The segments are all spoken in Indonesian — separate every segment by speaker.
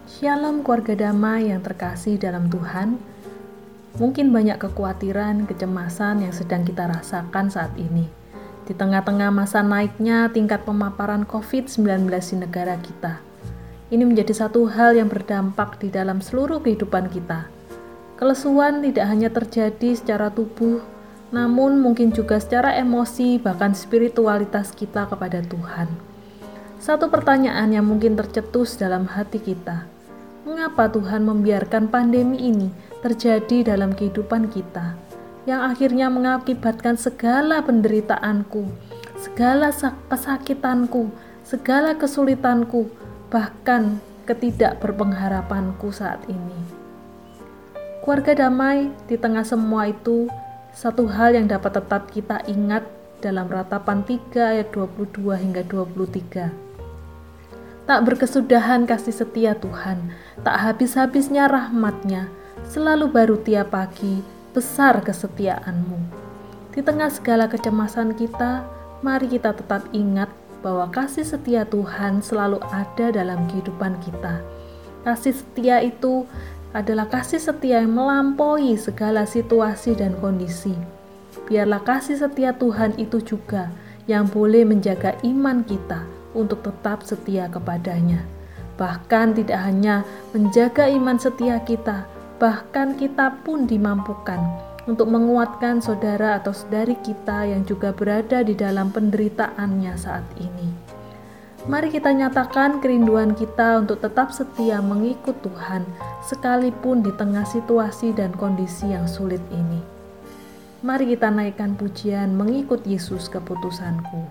Speaker 1: Shalom keluarga damai yang terkasih dalam Tuhan. Mungkin banyak kekhawatiran, kecemasan yang sedang kita rasakan saat ini. Di tengah-tengah masa naiknya tingkat pemaparan COVID-19 di negara kita. Ini menjadi satu hal yang berdampak di dalam seluruh kehidupan kita. Kelesuan tidak hanya terjadi secara tubuh, namun mungkin juga secara emosi, bahkan spiritualitas kita kepada Tuhan. Satu pertanyaan yang mungkin tercetus dalam hati kita. Mengapa Tuhan membiarkan pandemi ini terjadi dalam kehidupan kita, yang akhirnya mengakibatkan segala penderitaanku, segala kesakitanku, segala kesulitanku, bahkan ketidakberpengharapanku saat ini. Keluarga damai, di tengah semua itu, satu hal yang dapat tetap kita ingat dalam Ratapan 3 ayat 22 hingga 23. Tak berkesudahan kasih setia Tuhan, tak habis-habisnya rahmat-Nya, selalu baru tiap pagi, besar kesetiaan-Mu. Di tengah segala kecemasan kita, mari kita tetap ingat bahwa kasih setia Tuhan selalu ada dalam kehidupan kita. Kasih setia itu adalah kasih setia yang melampaui segala situasi dan kondisi. Biarlah kasih setia Tuhan itu juga yang boleh menjaga iman kita untuk tetap setia kepadanya. Bahkan tidak hanya menjaga iman setia kita, bahkan kita pun dimampukan untuk menguatkan saudara atau saudari kita yang juga berada di dalam penderitaannya saat ini. Mari kita nyatakan kerinduan kita untuk tetap setia mengikut Tuhan, sekalipun di tengah situasi dan kondisi yang sulit ini. Mari kita naikkan pujian mengikut Yesus keputusanku.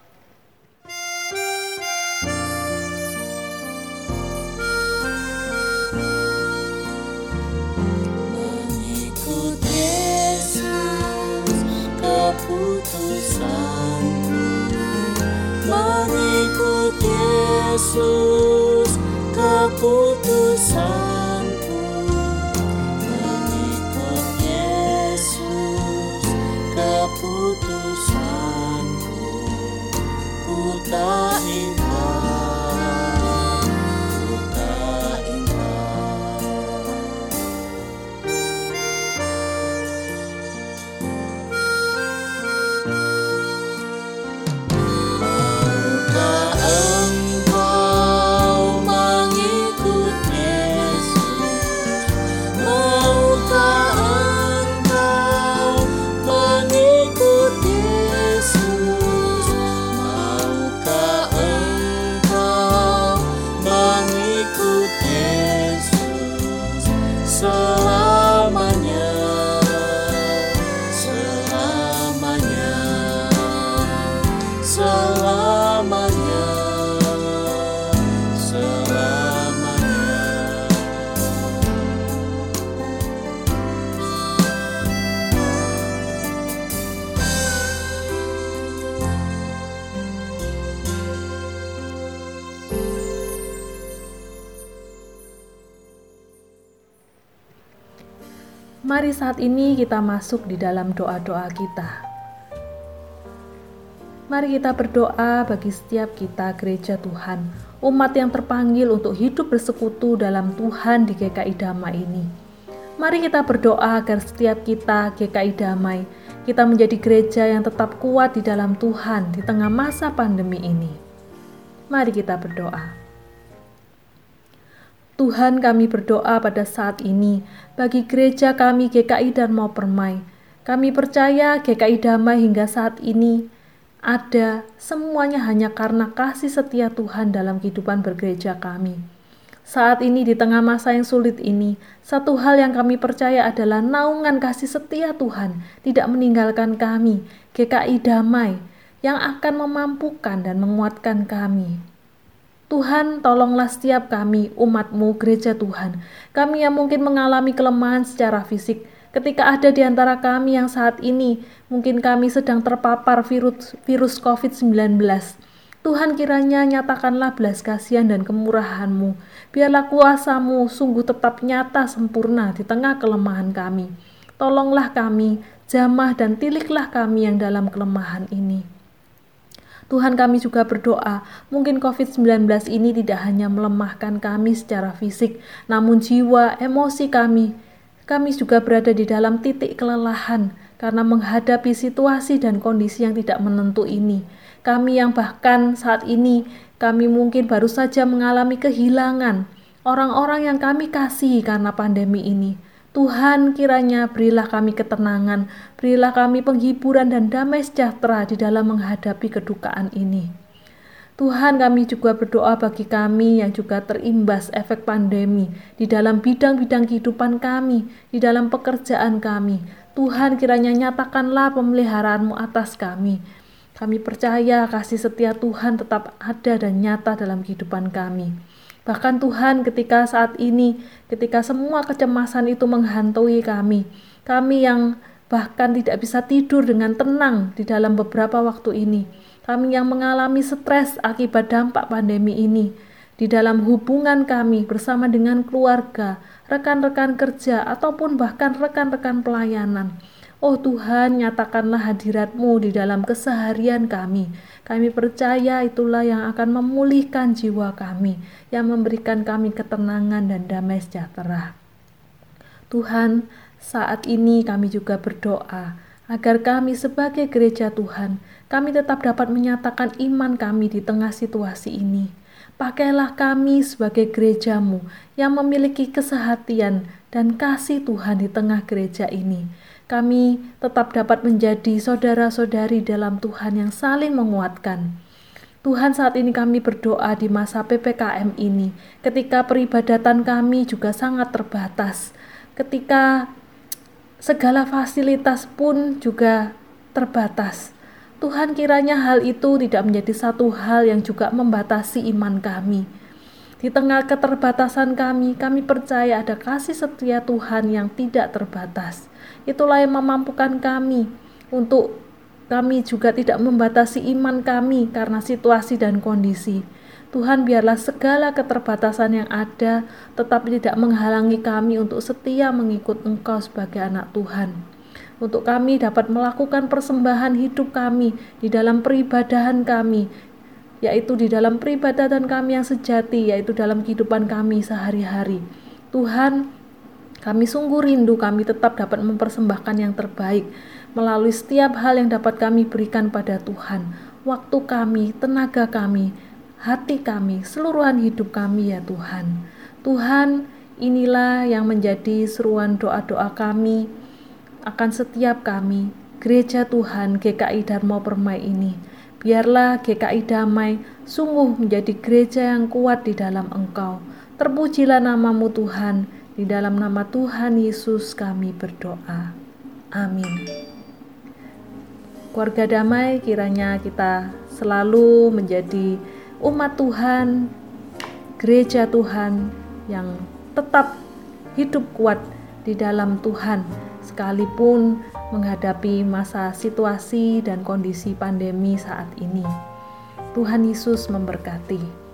Speaker 2: Mengikut Yesus keputusanku, mengikut Yesus keputusanku, ku tak ingkar, ku tak ingkar. Selamanya, selamanya, selamanya, selamanya.
Speaker 1: Mari saat ini kita masuk di dalam doa-doa kita. Mari kita berdoa bagi setiap kita gereja Tuhan, umat yang terpanggil untuk hidup bersekutu dalam Tuhan di GKI Damai ini. Mari kita berdoa agar setiap kita GKI Damai, kita menjadi gereja yang tetap kuat di dalam Tuhan di tengah masa pandemi ini. Mari kita berdoa. Tuhan, kami berdoa pada saat ini bagi gereja kami GKI Dharma Permai. Kami percaya GKI Damai hingga saat ini ada semuanya hanya karena kasih setia Tuhan dalam kehidupan bergereja kami. Saat ini di tengah masa yang sulit ini, satu hal yang kami percaya adalah naungan kasih setia Tuhan tidak meninggalkan kami, GKI Damai, yang akan memampukan dan menguatkan kami. Tuhan, tolonglah setiap kami, umat-Mu, gereja Tuhan. Kami yang mungkin mengalami kelemahan secara fisik, ketika ada di antara kami yang saat ini, mungkin kami sedang terpapar virus COVID-19. Tuhan, kiranya nyatakanlah belas kasihan dan kemurahan-Mu. Biarlah kuasa-Mu sungguh tetap nyata sempurna di tengah kelemahan kami. Tolonglah kami, jamah dan tiliklah kami yang dalam kelemahan ini. Tuhan, kami juga berdoa, mungkin COVID-19 ini tidak hanya melemahkan kami secara fisik, namun jiwa, emosi kami juga berada di dalam titik kelelahan karena menghadapi situasi dan kondisi yang tidak menentu ini. Kami yang bahkan saat ini, kami mungkin baru saja mengalami kehilangan orang-orang yang kami kasihi karena pandemi ini. Tuhan, kiranya berilah kami ketenangan, berilah kami penghiburan dan damai sejahtera di dalam menghadapi kedukaan ini. Tuhan, kami juga berdoa bagi kami yang juga terimbas efek pandemi di dalam bidang-bidang kehidupan kami, di dalam pekerjaan kami. Tuhan, kiranya nyatakanlah pemeliharaan-Mu atas kami. Kami percaya kasih setia Tuhan tetap ada dan nyata dalam kehidupan kami. Bahkan Tuhan, ketika saat ini, ketika semua kecemasan itu menghantui kami yang bahkan tidak bisa tidur dengan tenang di dalam beberapa waktu ini, kami yang mengalami stres akibat dampak pandemi ini, di dalam hubungan kami bersama dengan keluarga, rekan-rekan kerja, ataupun bahkan rekan-rekan pelayanan. Oh Tuhan, nyatakanlah hadirat-Mu di dalam keseharian kami. Kami percaya itulah yang akan memulihkan jiwa kami, yang memberikan kami ketenangan dan damai sejahtera. Tuhan, saat ini kami juga berdoa agar kami sebagai gereja Tuhan, kami tetap dapat menyatakan iman kami di tengah situasi ini. Pakailah kami sebagai gereja-Mu yang memiliki kesehatian dan kasih Tuhan di tengah gereja ini. Kami tetap dapat menjadi saudara-saudari dalam Tuhan yang saling menguatkan. Tuhan, saat ini kami berdoa di masa PPKM ini, ketika peribadatan kami juga sangat terbatas, ketika segala fasilitas pun juga terbatas. Tuhan, kiranya hal itu tidak menjadi satu hal yang juga membatasi iman kami. Di tengah keterbatasan kami percaya ada kasih setia Tuhan yang tidak terbatas. Itulah yang memampukan kami untuk kami juga tidak membatasi iman kami karena situasi dan kondisi. Tuhan, biarlah segala keterbatasan yang ada tetap tidak menghalangi kami untuk setia mengikut Engkau sebagai anak Tuhan. Untuk kami dapat melakukan persembahan hidup kami di dalam peribadahan kami, yaitu di dalam peribadatan kami yang sejati, yaitu dalam kehidupan kami sehari-hari. Tuhan, kami sungguh rindu kami tetap dapat mempersembahkan yang terbaik melalui setiap hal yang dapat kami berikan pada Tuhan. Waktu kami, tenaga kami, hati kami, seluruhan hidup kami ya Tuhan. Tuhan, inilah yang menjadi seruan doa-doa kami akan setiap kami, Gereja Tuhan GKI Dharma Permai ini. Biarlah GKI Damai sungguh menjadi gereja yang kuat di dalam Engkau. Terpujilah nama-Mu Tuhan. Di dalam nama Tuhan Yesus kami berdoa. Amin. Keluarga damai, kiranya kita selalu menjadi umat Tuhan, gereja Tuhan yang tetap hidup kuat di dalam Tuhan, sekalipun menghadapi masa situasi dan kondisi pandemi saat ini. Tuhan Yesus memberkati.